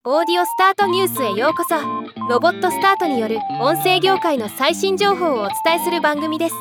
オーディオスタートニュースへようこそ。ロボットスタートによる音声業界の最新情報をお伝えする番組です。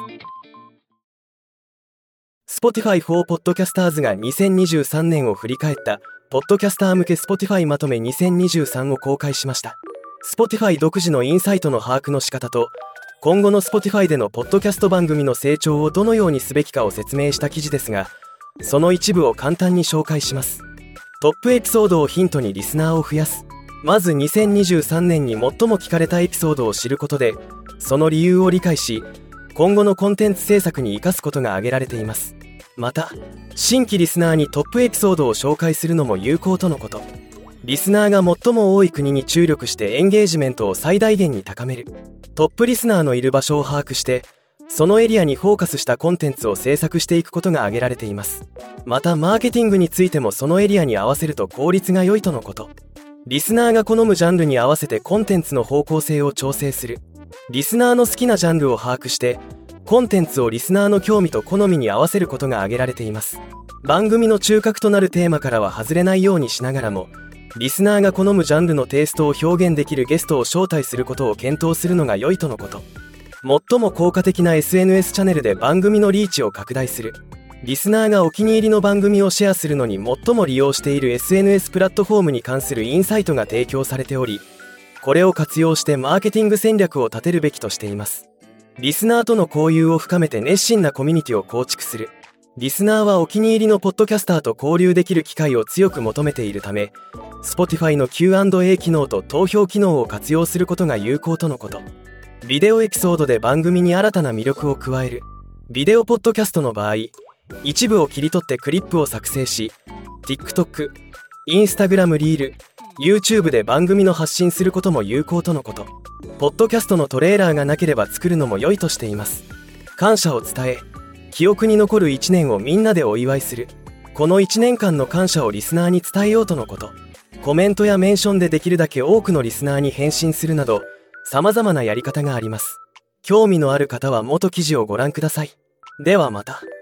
Spotify for Podcasters が2023年を振り返ったポッドキャスター向け Spotify まとめ2023を公開しました。 Spotify 独自のインサイトの把握の仕方と今後の Spotify でのポッドキャスト番組の成長をどのようにすべきかを説明した記事ですが、その一部を簡単に紹介します。トップエピソードをヒントにリスナーを増やす。まず2023年に最も聞かれたエピソードを知ることで、その理由を理解し、今後のコンテンツ制作に生かすことが挙げられています。また、新規リスナーにトップエピソードを紹介するのも有効とのこと。リスナーが最も多い国に注力してエンゲージメントを最大限に高める。トップリスナーのいる場所を把握して、そのエリアにフォーカスしたコンテンツを制作していくことが挙げられています。また、マーケティングについてもそのエリアに合わせると効率が良いとのこと。リスナーが好むジャンルに合わせてコンテンツの方向性を調整する。リスナーの好きなジャンルを把握して、コンテンツをリスナーの興味と好みに合わせることが挙げられています。番組の中核となるテーマからは外れないようにしながらも、リスナーが好むジャンルのテイストを表現できるゲストを招待することを検討するのが良いとのこと。最も効果的な SNS チャンネルで番組のリーチを拡大する。リスナーがお気に入りの番組をシェアするのに最も利用している SNS プラットフォームに関するインサイトが提供されており、これを活用してマーケティング戦略を立てるべきとしています。リスナーとの交流を深めて熱心なコミュニティを構築する。リスナーはお気に入りのポッドキャスターと交流できる機会を強く求めているため、Spotify の Q&A 機能と投票機能を活用することが有効とのこと。ビデオエピソードで番組に新たな魅力を加える。ビデオポッドキャストの場合、一部を切り取ってクリップを作成し、TikTok、Instagram リール、YouTube で番組の発信することも有効とのこと。ポッドキャストのトレーラーがなければ作るのも良いとしています。感謝を伝え、記憶に残る1年をみんなでお祝いする。この1年間の感謝をリスナーに伝えようとのこと。コメントやメンションでできるだけ多くのリスナーに返信するなど、様々なやり方があります。興味のある方は元記事をご覧ください。ではまた。